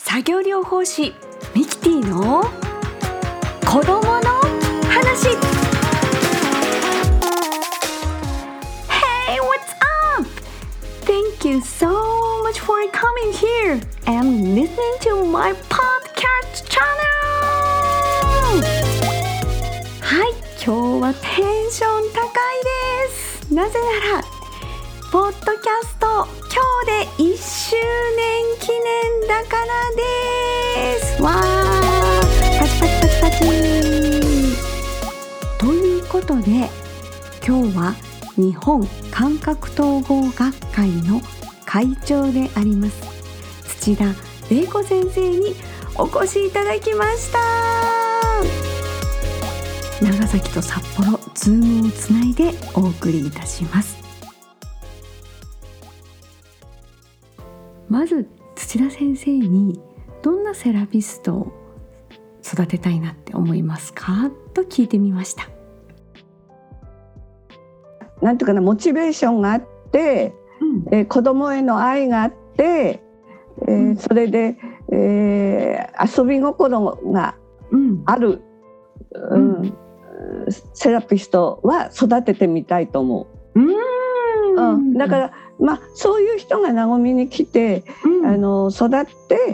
作業療法士ミキティの子供の話。 Hey, what's up? Thank you so much for coming here and listening to my podcast channel. はい、今日はテンション高いです。なぜならポッドキャスト今日で1周年記念だからです。わー、パチパチパチパチ。ということで今日は日本感覚統合学会の会長であります土田玲子先生にお越しいただきました。長崎と札幌ズームをつないでお送りいたします。まず土田先生にどんなセラピストを育てたいなって思いますかと聞いてみました。 なんていうかな、モチベーションがあって、子供への愛があって、それで、遊び心がある、セラピストは育ててみたいと思う。だからそういう人がなごみに来て、育って、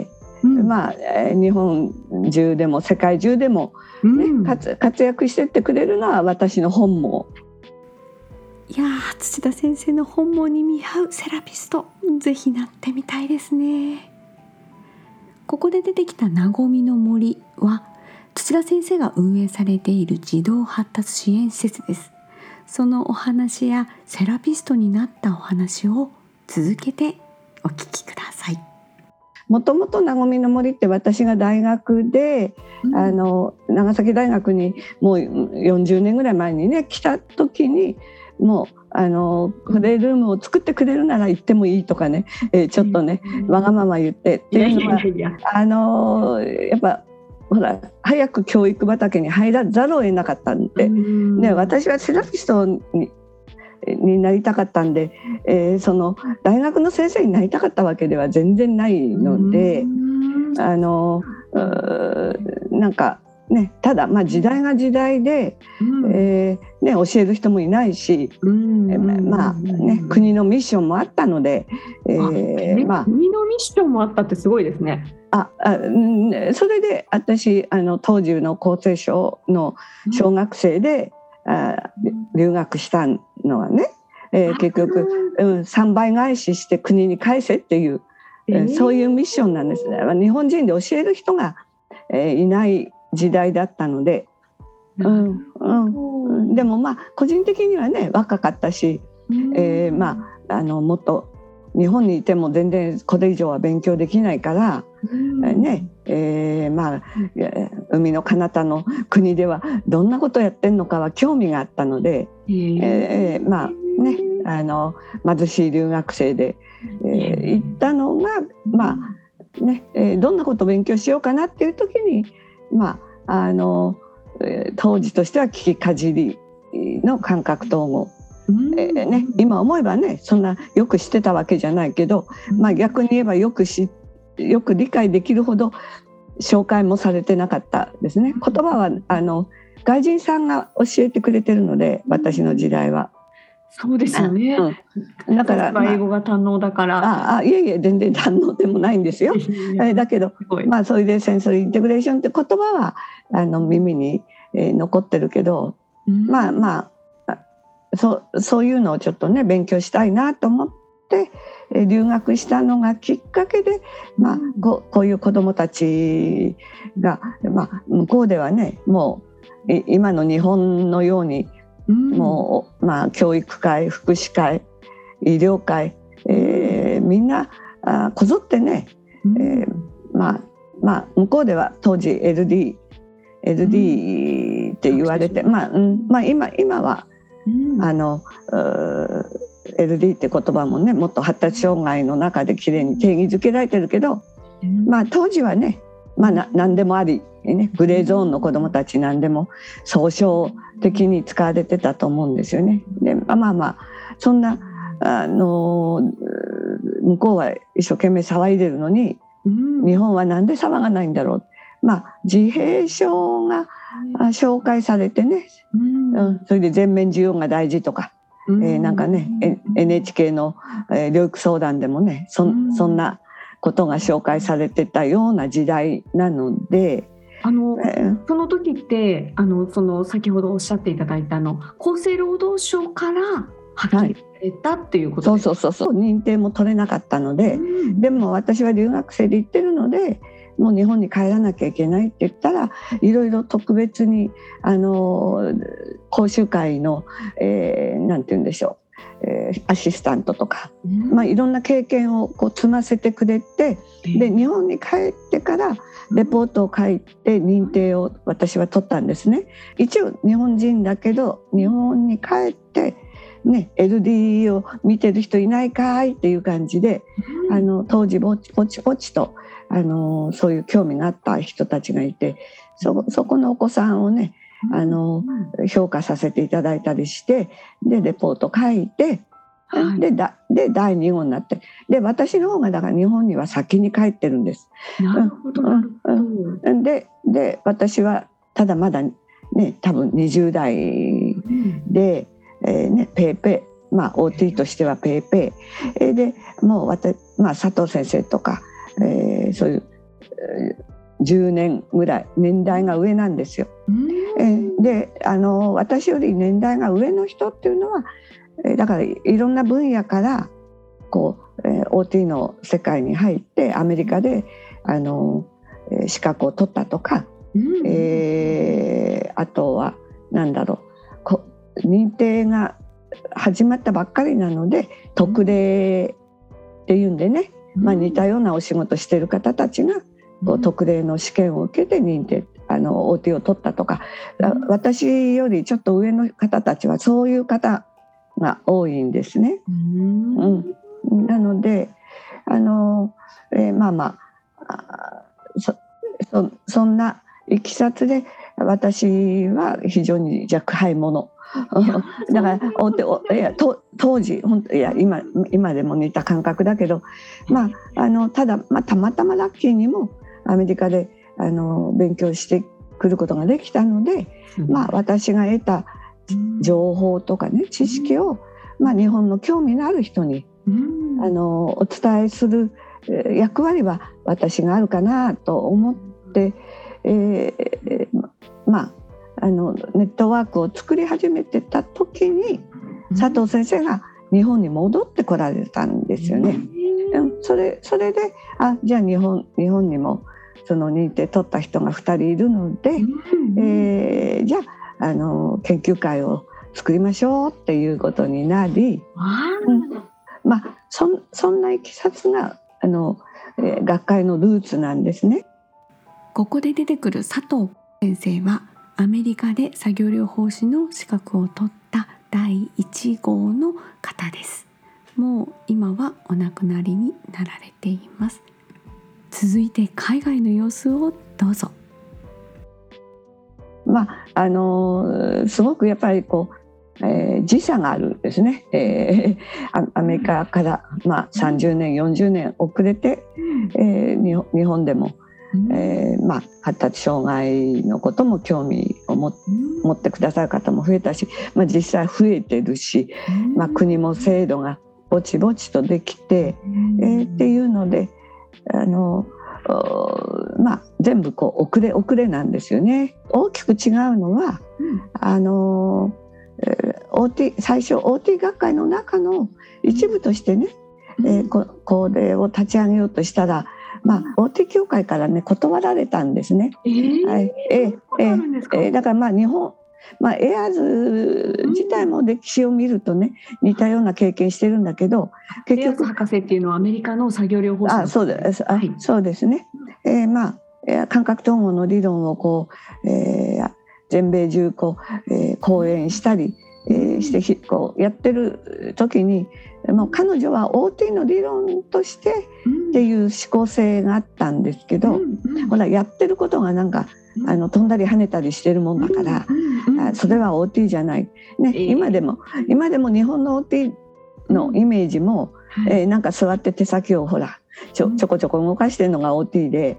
日本中でも世界中でも、活躍してってくれるのは私の本望。 いやー、土田先生の本望に見合うセラピストぜひなってみたいですね。ここで出てきたなごみの森は土田先生が運営されている児童発達支援施設です。そのお話やセラピストになったお話を続けてお聞きください。 もともとなごみの森って私が大学で、長崎大学にもう40年ぐらい前にね来た時にもうプレイルームを作ってくれるなら行ってもいいとかね、ちょっとね、わがまま言ってっていうのはやっぱほら早く教育畑に入らざるを得なかったんで、私はセラピストになりたかったんで、その大学の先生になりたかったわけでは全然ないので、なんかね、ただ時代が時代で、教える人もいないし、国のミッションもあったので、 国のミッションもあったってすごいですね。 それで私当時の厚生省の小学生で、留学したのはね、結局、3倍返しして国に返せっていう、そういうミッションなんですね。日本人で教える人が、いない時代だったので、でも個人的にはね若かったし、もっと日本にいても全然これ以上は勉強できないから、海の彼方の国ではどんなことやってんのかは興味があったので、貧しい留学生で、行ったのがどんなことを勉強しようかなっていう時に当時としては聞きかじりの感覚統合、今思えばねそんなよく知ってたわけじゃないけど、逆に言えばよく理解できるほど紹介もされてなかったですね。言葉は外人さんが教えてくれてるので、私の時代は。 そうですよね。だから英語が堪能だから。 いえ全然堪能でもないんですよ。だけどそれでセンソリーインテグレーションって言葉は耳に残ってるけど、そういうのをちょっとね勉強したいなと思って留学したのがきっかけで、こういう子どもたちが、向こうではねもう今の日本のようにもう、教育界、福祉界、医療界、みんなこぞってね、向こうでは当時 LD って言われて、今はLD って言葉もねもっと発達障害の中できれいに定義づけられてるけど、当時はね、何でもあり、グレーゾーンの子どもたち何でも総称的に使われてたと思うんですよね。でそんな向こうは一生懸命騒いでるのに、 日本はなんで騒がないんだろう。自閉症が紹介されてね、それで全面授業が大事とか、なんかね、NHK の療育相談でもね、そんなことが紹介されてたような時代なので、 その時ってその先ほどおっしゃっていただいた厚生労働省から発見されたっていうことですか？ そう認定も取れなかったので、でも私は留学生で行ってるので、もう日本に帰らなきゃいけないって言ったら、いろいろ特別に講習会の、なんて言うんでしょう、アシスタントとか、いろんな経験を積ませてくれて、で日本に帰ってからレポートを書いて認定を私は取ったんですね。一応日本人だけど日本に帰ってね、LD を見てる人いないかいっていう感じで、当時ぼちぼちとそういう興味があった人たちがいて、そこのお子さんをね、評価させていただいたりして、でレポート書いて、で第2号になって、で私の方がだから日本には先に帰ってるんです。 なるほど、 で私はただまだね、多分20代で、ペーペー、OT としてはペーペー、でもう佐藤先生とか、そういう10年ぐらい年代が上なんですよ。で私より年代が上の人っていうのは、だからいろんな分野からOT の世界に入ってアメリカで資格を取ったとか、あとは認定が始まったばっかりなので特例っていうんでね、似たようなお仕事してる方たちが特例の試験を受けて認定OT を取ったとか、私よりちょっと上の方たちはそういう方が多いんですね。なのでそんないきさつで私は非常に若輩者だから当時今でも似た感覚だけど、ただ、たまたまラッキーにもアメリカで勉強してくることができたので、私が得た情報とかね、知識を、日本の興味のある人に、お伝えする役割は私があるかなと思って、ネットワークを作り始めてた時に佐藤先生が日本に戻ってこられたんですよね。それでじゃあ日本にもその認定取った人が2人いるので、じゃあ研究会を作りましょうっていうことになり、そんないきさつが学会のルーツなんですね。 ここで出てくる佐藤先生はアメリカで作業療法士の資格を取った第1号の方です。もう今はお亡くなりになられています。続いて海外の様子をどうぞ。 すごくやっぱり時差があるんですね。アメリカから30年40年遅れて、日本でも発達障害のことも興味を持ってくださる方も増えたし、実際増えてるし、国も制度がぼちぼちとできて、っていうので全部遅れなんですよね。大きく違うのは、最初 OT 学会の中の一部としてね、これを立ち上げようとしたら、OT 協会からね断られたんですね。だから日本エアーズ自体も歴史を見るとね似たような経験してるんだけど、 結局エアーズ博士っていうのはアメリカの作業療法士のそうです、そうですね。感覚統合の理論を全米中講演したりしてやってる時に、もう彼女は OT の理論としてっていう思考性があったんですけど、ほらやってることがなんか飛んだり跳ねたりしてるもんだから、それは OT じゃない、今でも日本の OT のイメージも、なんか座って手先をほらちょこちょこ動かしてるのが OT で、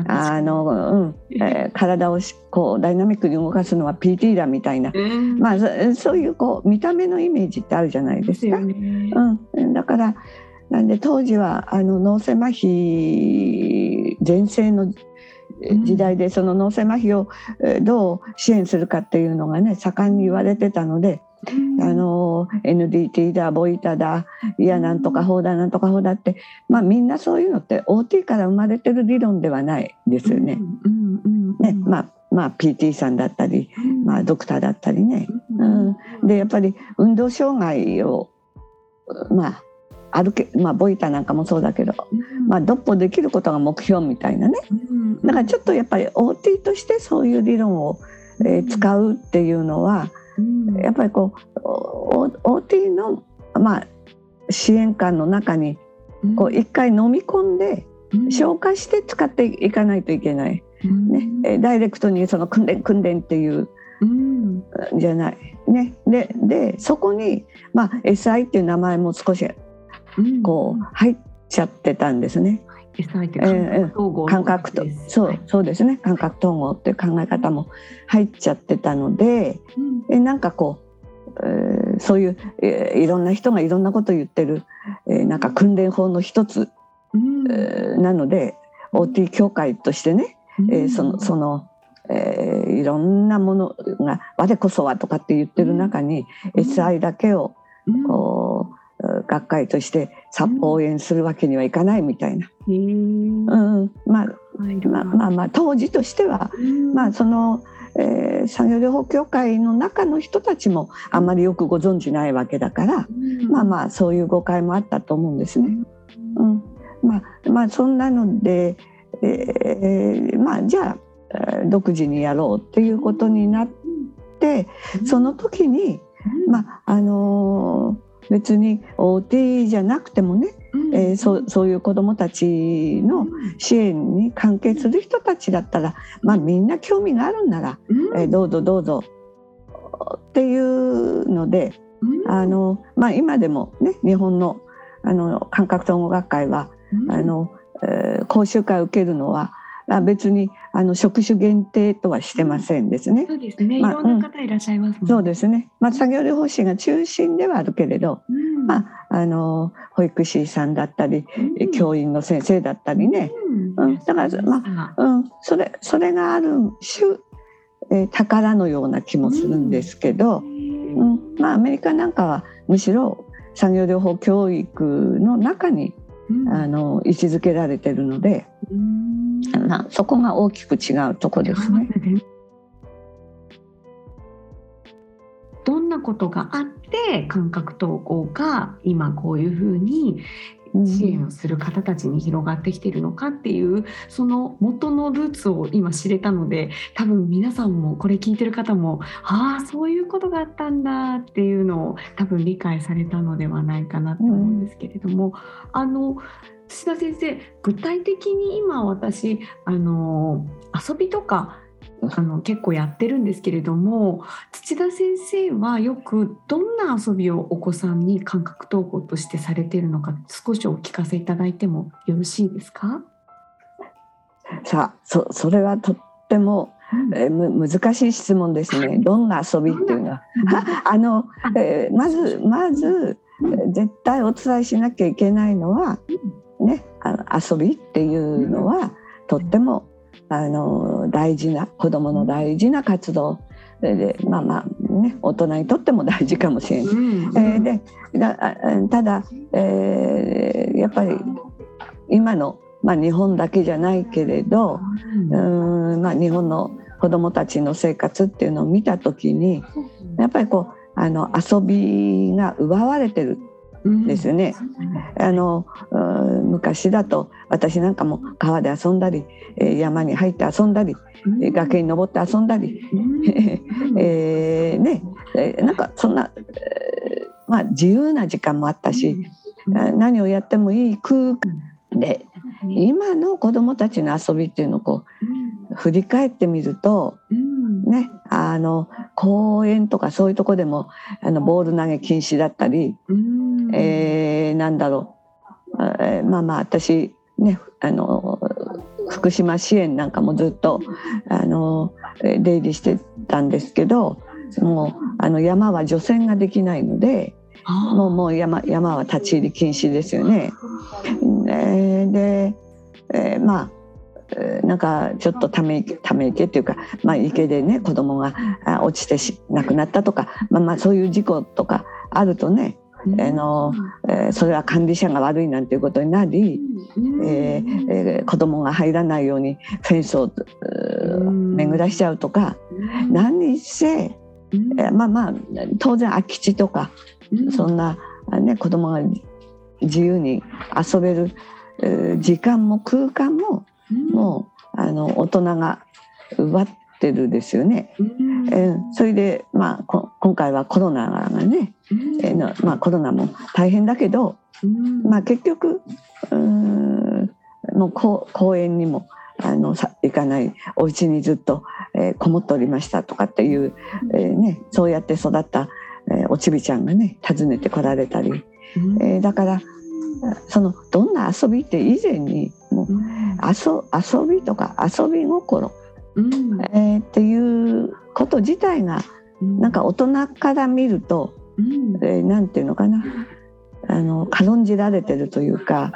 体をこうダイナミックに動かすのは PT だみたいな、そういうこう見た目のイメージってあるじゃないですか。だからなんで当時は脳性麻痺全盛の時代で、その脳性麻痺をどう支援するかっていうのがね盛んに言われてたので、NDT だボイタだいやなんとか法だなんとか法だって、みんなそういうのって OT から生まれてる理論ではないですよね。PT さんだったり、ドクターだったりね、でやっぱり運動障害をボイタなんかもそうだけど、独歩できることが目標みたいなね、だからちょっとやっぱり OT としてそういう理論を、使うっていうのは、やっぱりこう OT の、支援官の中にこう一回飲み込んで消化して使っていかないといけない、ダイレクトにその訓練っていうじゃないね。でそこに、SI っていう名前も少しこう入っちゃってたんですね。 SI って感覚統合、 そうですね、感覚統合っていう考え方も入っちゃってたので、なんかこう、そういう、いろんな人がいろんなことを言ってる、なんか訓練法の一つ、なので OT 協会としてね、そのいろんなものが我こそはとかって言ってる中に、SI だけをこう学会として殺法演するわけにはいかないみたいな、当時としては、その、産業療法協会の中の人たちもあんまりよくご存じないわけだから、そういう誤解もあったと思うんですね。そんなので、じゃあ独自にやろうっていうことになって、その時に別に OT じゃなくてもね、そういう子どもたちの支援に関係する人たちだったら、みんな興味があるんなら、どうぞっていうので、今でもね日本の感覚統合学会は講習会を受けるのは別に職種限定とはしてませんですね。 そうですね。いろんな方いらっしゃいますもんね。 そうですね。作業療法士が中心ではあるけれど、保育士さんだったり、教員の先生だったりね。だからそれがある種、宝のような気もするんですけど、アメリカなんかはむしろ作業療法教育の中に位置づけられているので、そこが大きく違うところですね。 どんなことがあって感覚統合が今こういうふうに支援をする方たちに広がってきているのかっていうその元のルーツを今知れたので、多分皆さんもこれ聞いてる方もそういうことがあったんだっていうのを多分理解されたのではないかなと思うんですけれども、土田先生、具体的に今私遊びとか結構やってるんですけれども、土田先生はよくどんな遊びをお子さんに感覚統合としてされているのか少しお聞かせいただいてもよろしいですか？ さあ、それはとっても、難しい質問ですね。どんな遊びっていうのはまず絶対お伝えしなきゃいけないのは、遊びっていうのはとっても大事な子どもの大事な活動で、大人にとっても大事かもしれない、ただ、やっぱり今の、日本だけじゃないけれど、日本の子どもたちの生活っていうのを見た時にやっぱりこう遊びが奪われてるんですよね。昔だと私なんかも川で遊んだり、山に入って遊んだり、崖に登って遊んだり、なんかそんな、自由な時間もあったし、何をやってもいい空間で、今の子どもたちの遊びっていうのをこう振り返ってみると、公園とかそういうとこでもボール投げ禁止だったり、なんだろう、私ね、福島支援なんかもずっと出入りしてたんですけど、もう山は除染ができないので、もう山は立ち入り禁止ですよね。で、まあなんかちょっとため池っていうか、池でね子供が落ちて亡くなったとか、そういう事故とかあるとね、それは管理者が悪いなんていうことになり、子供が入らないようにフェンスを巡らしちゃうとか、何せ、当然空き地とか、そんな、子供が自由に遊べる時間も空間も、もう大人が奪ってるですよね。それで、今回はコロナがね、コロナも大変だけど、結局もう公園にも行かない、お家にずっと、こもっておりましたとかっていう、そうやって育った、おちびちゃんがね訪ねてこられたり、だからどんな遊びって以前にもう遊びとか遊び心、っていうこと自体がなんか大人から見ると、なんていうのかな、軽んじられてるというか、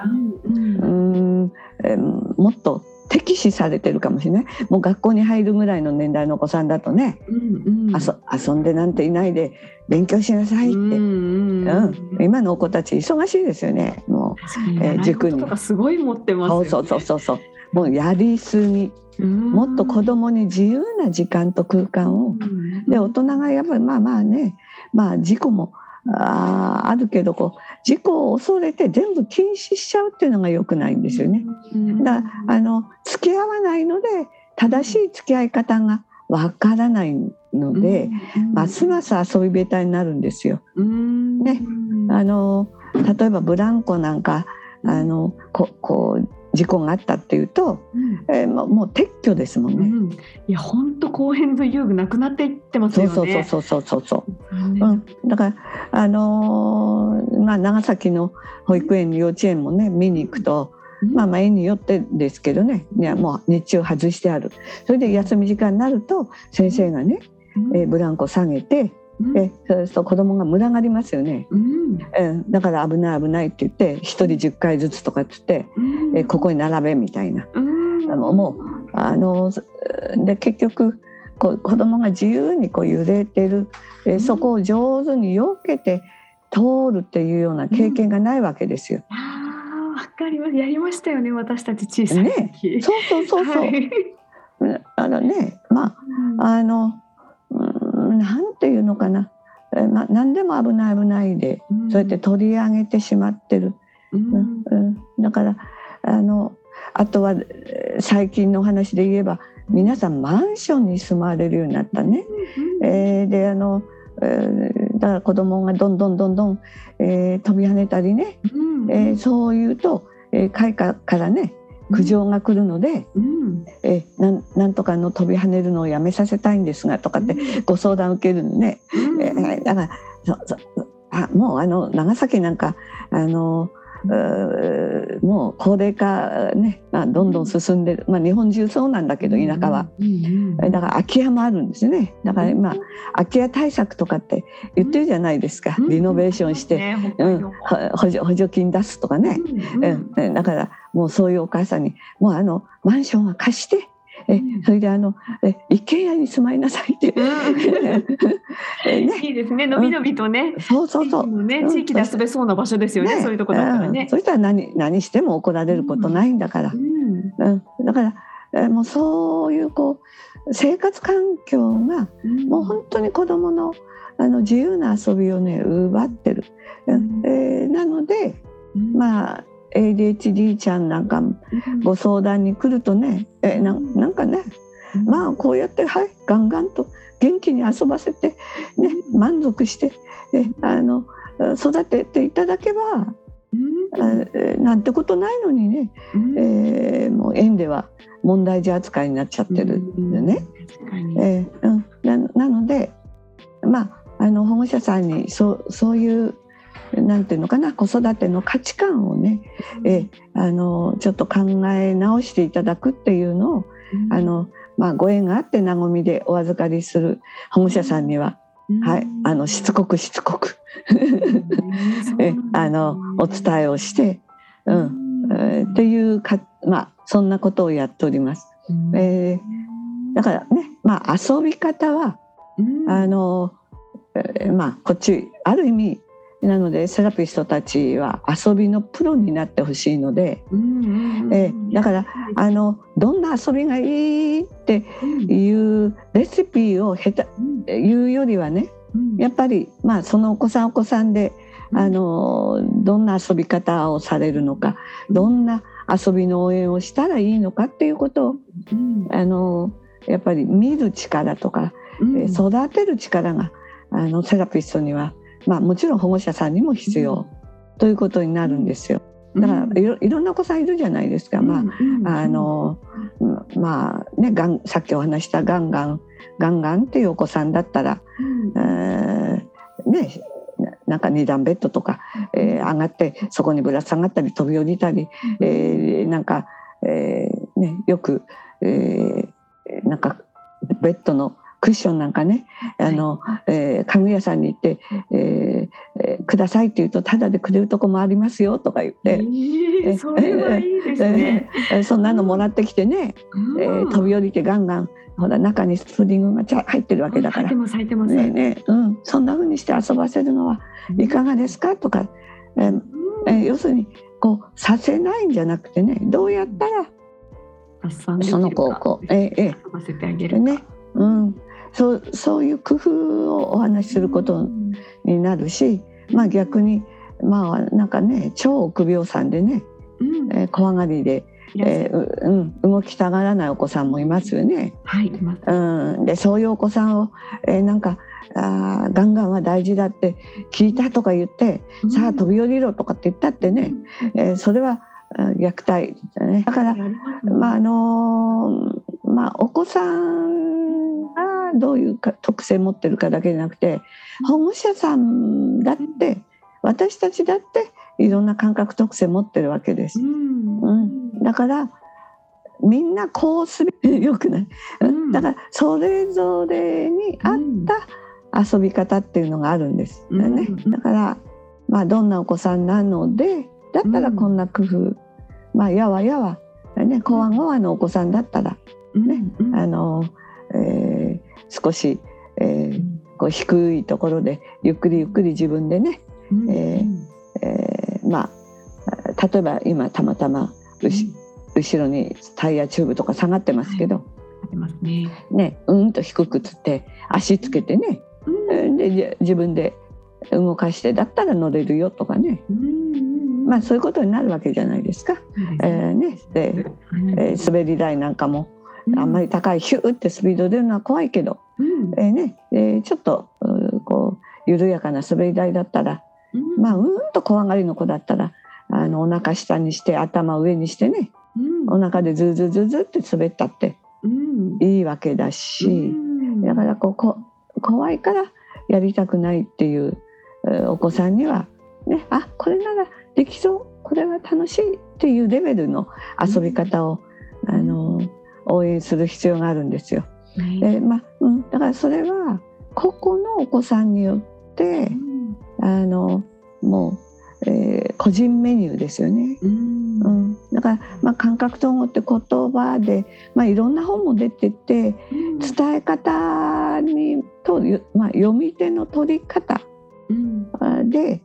もっと敵視されてるかもしれない。もう学校に入るぐらいの年代のお子さんだとね、遊んでなんていないで勉強しなさいって、今のお子たち忙しいですよね。もう、塾にとかすごい持ってますよね。 そうもうやりすぎ、もっと子供に自由な時間と空間を、で大人がやっぱり事故もあるけど、事故を恐れて全部禁止しちゃうっていうのが良くないんですよね。だから付き合わないので正しい付き合い方がわからないので、ますます遊び下手になるんですよ。ね、例えばブランコなんか事故があったっていうと、もう撤去ですもんね。 いや本当公園の遊具なくなっていってますよね。 だから長崎の保育園幼稚園もね見に行くと、園によってですけどね、もう日中外してある。それで休み時間になると先生がね、ブランコ下げて、そうすると子供が群がりますよね。だから危ないって言って1人10回ずつとかって言って、ここに並べみたいな、もうで結局子供が自由に揺れてる、そこを上手に避けて通るっていうような経験がないわけですよ。 わかります。やりましたよね、私たち小さい時。 ね、そう、なんていうのかな、何でも危ないで、そうやって取り上げてしまってる。だからあとは最近の話で言えば、皆さんマンションに住まれるようになったね。でだから子供がどんどん、飛び跳ねたりね、そういうと、会からね苦情が来るので、なんとかの飛び跳ねるのをやめさせたいんですがとかってご相談受けるのね。だからもう長崎なんかもう高齢化ね、どんどん進んでる、日本中そうなんだけど、田舎は、だから空き家もあるんですね。だから今空き家対策とかって言ってるじゃないですか。リノベーションして、補助金出すとかね。だからもうそういうお母さんにもうマンションは貸して、それで一軒家に住まいなさいって、 いいですね、のびのびとね。そう地域で遊べそうな場所ですよね、そういうとこだったらね。 そしたら何しても怒られることないんだから、だからもうそういう生活環境がもう本当に子どもの自由な遊びをね奪ってる。なのでADHD ちゃんなんかご相談に来るとね、なんかね、こうやってガンガンと元気に遊ばせて、満足して、育てていただけば、なんてことないのにね、もう園では問題児扱いになっちゃってるんでね。なので保護者さんにそういうなんていうのかな、子育ての価値観をね、ちょっと考え直していただくっていうのを、ご縁があってなごみでお預かりする保護者さんには、しつこくお伝えをして、っていうか、そんなことをやっております。だからね、遊び方はこっちある意味なので、セラピストたちは遊びのプロになってほしいので、だからどんな遊びがいいっていうレシピを言うよりはね、やっぱりそのお子さんでどんな遊び方をされるのか、どんな遊びの応援をしたらいいのかっていうことをやっぱり見る力とか、育てる力がセラピストには、もちろん保護者さんにも必要ということになるんですよ。だからいろんなお子さんいるじゃないですか。さっきお話したガンガンっていうお子さんだったら、なんか2段ベッドとか、上がってそこにぶら下がったり飛び降りたり、よく、なんかベッドのクッションなんかね、家具屋さんに行って、くださいって言うとタダでくれるとこもありますよとか言って、 それはいいですね。 そんなのもらってきてね、飛び降りてガンガン、ほら中にスプリングが入ってるわけだから、 入ってますそんな風にして遊ばせるのはいかがですかとか、要するにこうさせないんじゃなくてね、どうやったらその子をこう遊ばせてあげるかね、そういう工夫をお話しすることになるし、逆になんかね、超臆病さんでね、怖がりで、動きたがらないお子さんもいますよね。でそういうお子さんを、なんかガンガンは大事だって聞いたとか言って、さあ飛び降りろとかって言ったってね、それは虐待だね。だからお子さんがどういう特性を持ってるかだけじゃなくて、保護者さんだって私たちだっていろんな感覚特性を持ってるわけです。だからみんなこうするよくない、だからそれぞれに合った遊び方っていうのがあるんです、だからどんなお子さんなのでだったらこんな工夫、やわやわね、こわごわのお子さんだったらね、少し、こう低いところでゆっくり自分でね、例えば今たまたま後ろにタイヤチューブとか下がってますけど、うんと低くつって足つけてね、で自分で動かしてだったら乗れるよとかね、そういうことになるわけじゃないですか。で滑り台なんかもあんまり高いヒューってスピード出るのは怖いけど、ちょっとこう緩やかな滑り台だったら、と怖がりの子だったらお腹下にして頭上にしてね、お腹でズズズズって滑ったっていいわけだし、だから怖いからやりたくないっていうお子さんにはね、これならできそう、これは楽しいっていうレベルの遊び方を応援する必要があるんですよ。だからそれは個々のお子さんによってもう、個人メニューですよね。だから、感覚統合って言葉で、いろんな本も出てて、伝え方にと、読み手の取り方で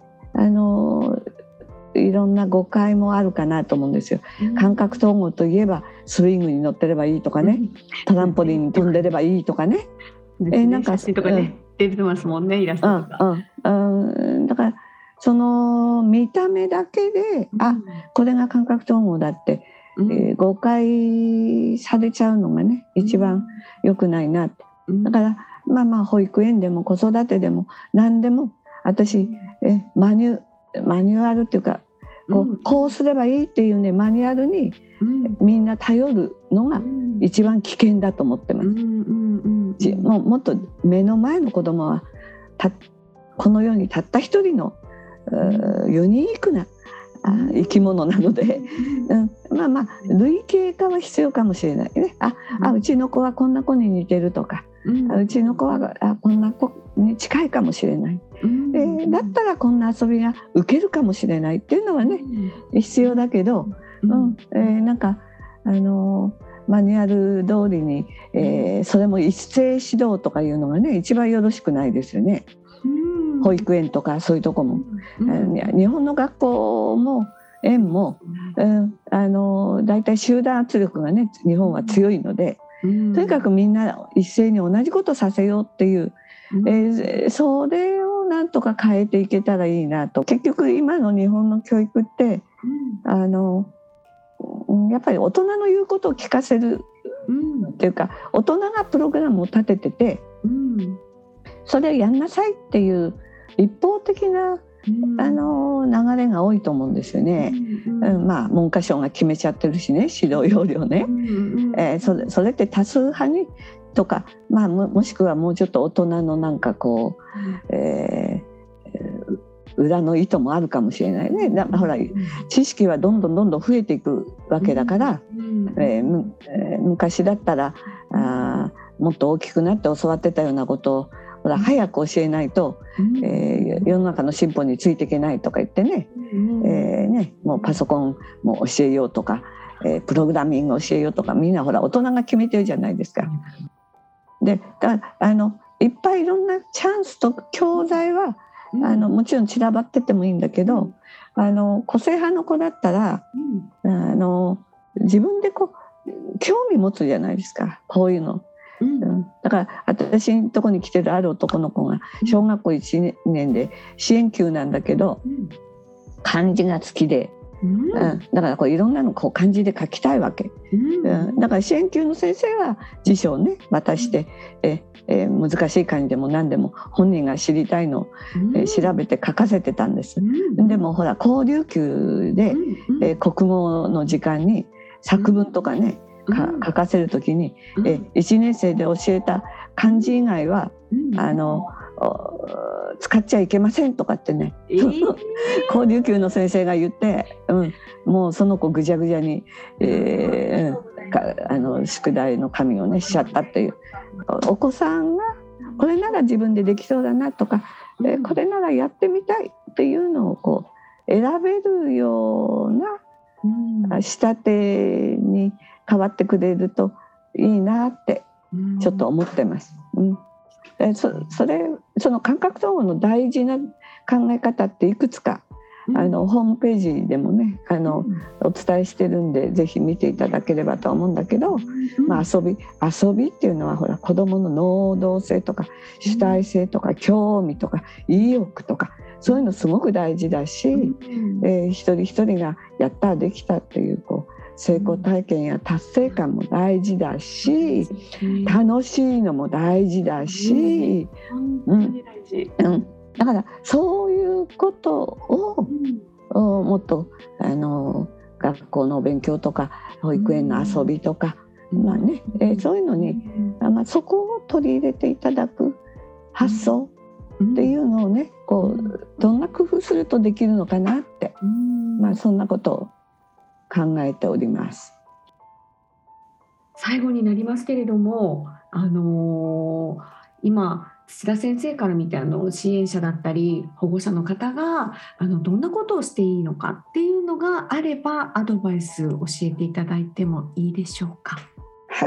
いろんな誤解もあるかなと思うんですよ。感覚統合といえばスイングに乗ってればいいとかね、トランポリンに飛んでればいいとかね、 なんか写真とかね、出てますもんね、イラストとか。 だからその見た目だけで、これが感覚統合だって、誤解されちゃうのがね、一番良くないなって。だから保育園でも子育てでも何でも私マニュアルっていうか、こうすればいいっていうね、マニュアルにみんな頼るのが一番危険だと思ってます。もっと目の前の子供はこの世にたった一人のユニークな生き物なので、まあまあ類型化は必要かもしれないね。うちの子はこんな子に似てるとか、うちの子はこんな子に近いかもしれない、だったらこんな遊びが受けるかもしれないっていうのはね、必要だけど、なんかマニュアル通りに、それも一斉指導とかいうのがね一番よろしくないですよね。保育園とかそういうとこも、日本の学校も園も、だいたい集団圧力がね日本は強いので、とにかくみんな一斉に同じことさせようっていう、それをなんとか変えていけたらいいなと。結局今の日本の教育って、やっぱり大人の言うことを聞かせるっていうか、大人がプログラムを立ててて、それをやんなさいっていう一方的な流れが多いと思うんですよね。まあ文科省が決めちゃってるしね、指導要領ね。それって多数派にとか、まあ、もしくはもうちょっと大人のなんかこう、裏の意図もあるかもしれないね。ほら知識はどんどん増えていくわけだから、昔だったらもっと大きくなって教わってたようなことをほら早く教えないと、世の中の進歩についていけないとか言ってね、もうパソコンも教えようとか、プログラミング教えようとか、みんなほら大人が決めてるじゃないですか。でいっぱいいろんなチャンスと教材はもちろん散らばっててもいいんだけど、個性派の子だったら、自分でこう興味持つじゃないですか、こういうの。だから私のとこに来てるある男の子が小学校1年で支援級なんだけど、漢字が好きで、だからこういろんなのこう漢字で書きたいわけ、だから支援級の先生は辞書をね渡して、難しい漢字でも何でも本人が知りたいのを、調べて書かせてたんです。でもほら交流級で、国語の時間に作文とかね書かせるときに、1年生で教えた漢字以外は、使っちゃいけませんとかってね、交流級の先生が言って、もうその子ぐちゃぐちゃに、宿題の紙をねしちゃったっていう。お子さんがこれなら自分でできそうだなとか、これならやってみたいっていうのをこう選べるような仕立てに変わってくれるといいなってちょっと思ってます。その感覚統合の大事な考え方っていくつか、ホームページでもねお伝えしてるんで、ぜひ見ていただければと思うんだけど、遊びっていうのはほら子どもの能動性とか主体性とか興味とか意欲とか、そういうのすごく大事だし、一人一人がやったできたっていうこう成功体験や達成感も大事だし、楽しいのも大事だし、だからそういうことを、もっと学校の勉強とか保育園の遊びとか、そういうのに、そこを取り入れていただく発想っていうのをね、こうどんな工夫するとできるのかなって、そんなことを考えております。 最後になりますけれども、今土田先生から見て支援者だったり保護者の方がどんなことをしていいのかっていうのがあれば、アドバイス教えていただいてもいいでしょうか。 はい、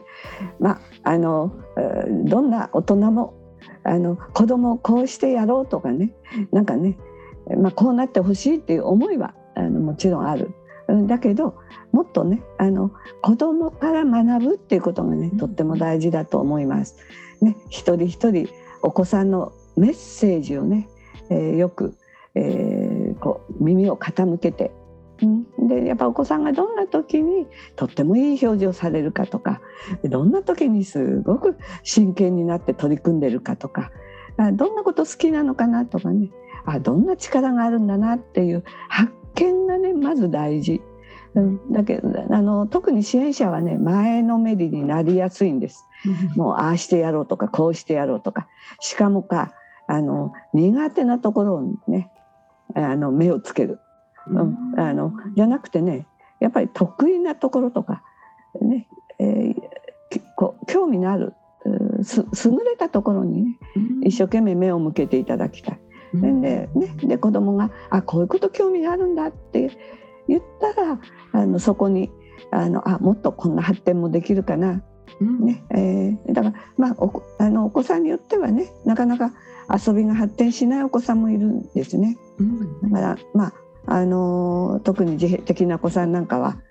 どんな大人も子供をこうしてやろうとかね、こうなってほしいっていう思いはもちろんある。だけどもっとね子供から学ぶっていうことがねとっても大事だと思います。一人一人お子さんのメッセージをね、よく、こう耳を傾けて、でやっぱお子さんがどんな時にとってもいい表情されるかとか、どんな時にすごく真剣になって取り組んでるかとか、どんなこと好きなのかなとかね、どんな力があるんだなっていう発見がねまず大事。だけど特に支援者はね前のめりになりやすいんです。もうああしてやろうとかこうしてやろうとか、しかも苦手なところをね目をつける、じゃなくてね、やっぱり得意なところとか、ね興味のある優れたところにね、一生懸命目を向けていただきたい。で子供がこういうこと興味があるんだって言ったらそこにもっとこんな発展もできるかな、だからお子さんによってはね、なかなか遊びが発展しないお子さんもいるんですね。だから特に自閉的なお子さんなんかは、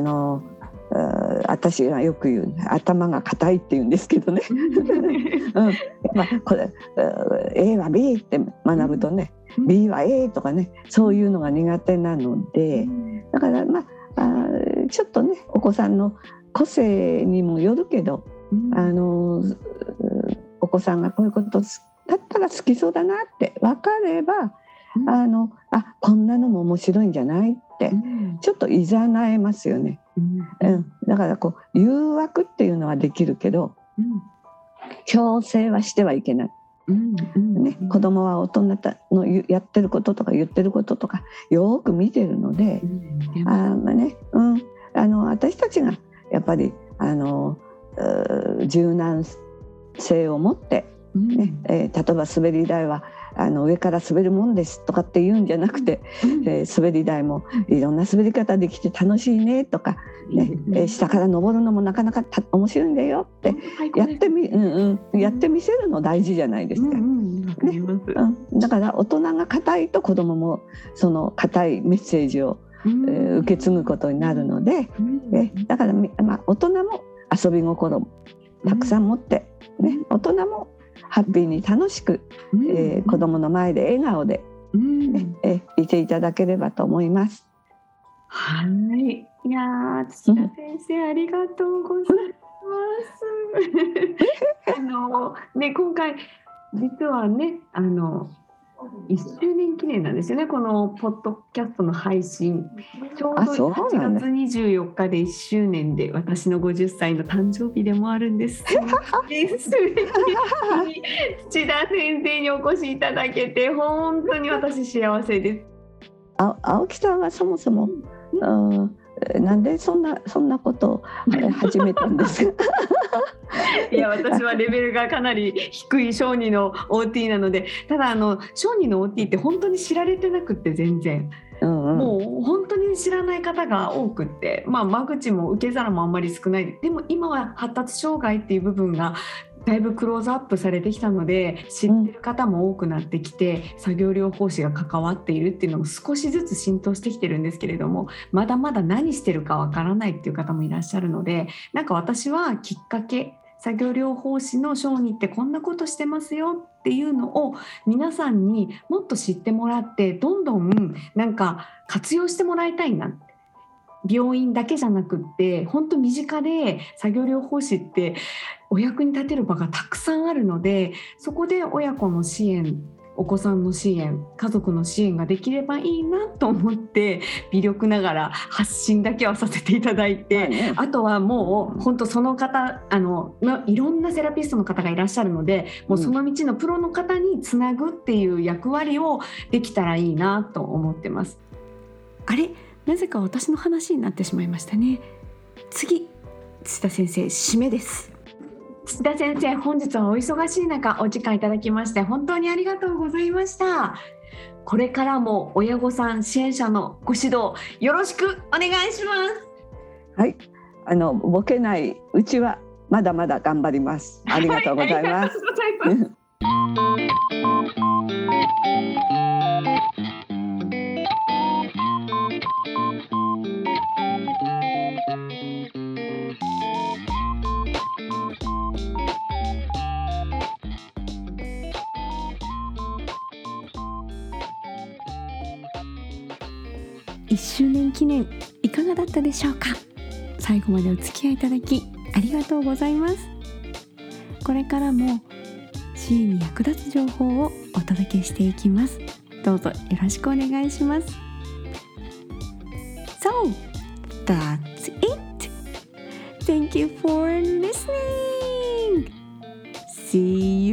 私がよく言う頭が硬いって言うんですけどね、これ A は B って学ぶとね、B は A とかね、そういうのが苦手なので、だからちょっとね、お子さんの個性にもよるけど、お子さんがこういうことだったら好きそうだなって分かれば、こんなのも面白いんじゃないってちょっといざなえますよね。だから誘惑っていうのはできるけど、強制はしてはいけない。子供は大人のやってることとか言ってることとかよく見てるので、私たちがやっぱり柔軟性を持って、例えば滑り台は上から滑るもんですとかって言うんじゃなくて、滑り台もいろんな滑り方できて楽しいねとか、下から登るのもなかなか面白いんだよってやってみせるの大事じゃないですか。だから大人が硬いと子供もその硬いメッセージを受け継ぐことになるので、だから大人も遊び心もたくさん持って、大人もハッピーに楽しく、子供の前で笑顔で、いていただければと思います。 はい、いや土田先生、ありがとうございます。今回実はね1周年記念なんですよね、このポッドキャストの配信。ちょうど8月24日で1周年で、私の50歳の誕生日でもあるんです。土田先生にお越しいただけて本当に私幸せです。 青木さんはそもそも、なんでそんなことを始めたんですか？ いや、私はレベルがかなり低い小児の OT なので、ただ小児の OT って本当に知られてなくって全然、もう本当に知らない方が多くって、間口も受け皿もあんまり少ない。でも今は発達障害っていう部分がだいぶクローズアップされてきたので、知ってる方も多くなってきて、作業療法士が関わっているっていうのも少しずつ浸透してきてるんですけれども、まだまだ何してるかわからないっていう方もいらっしゃるので、なんか私はきっかけ、作業療法士の小児ってこんなことしてますよっていうのを皆さんにもっと知ってもらって、どんどんなんか活用してもらいたいな。病院だけじゃなくって本当身近で作業療法士ってお役に立てる場がたくさんあるので、そこで親子の支援、お子さんの支援、家族の支援ができればいいなと思って、微力ながら発信だけはさせていただいて、あとはもう本当その方いろんなセラピストの方がいらっしゃるので、もうその道のプロの方につなぐっていう役割をできたらいいなと思ってます。 あれ、なぜか私の話になってしまいましたね。次、土田先生、締めです。 土田先生、本日はお忙しい中お時間いただきまして本当にありがとうございました。これからも親御さん支援者のご指導よろしくお願いします。 はい、ボケないうちはまだまだ頑張ります。ありがとうございます。 1周年記念いかがだったでしょうか。最後までお付き合いいただきありがとうございます。これからも支援に役立つ情報をお届けしていきます。どうぞよろしくお願いします。 So, that's it. Thank you for listening. See you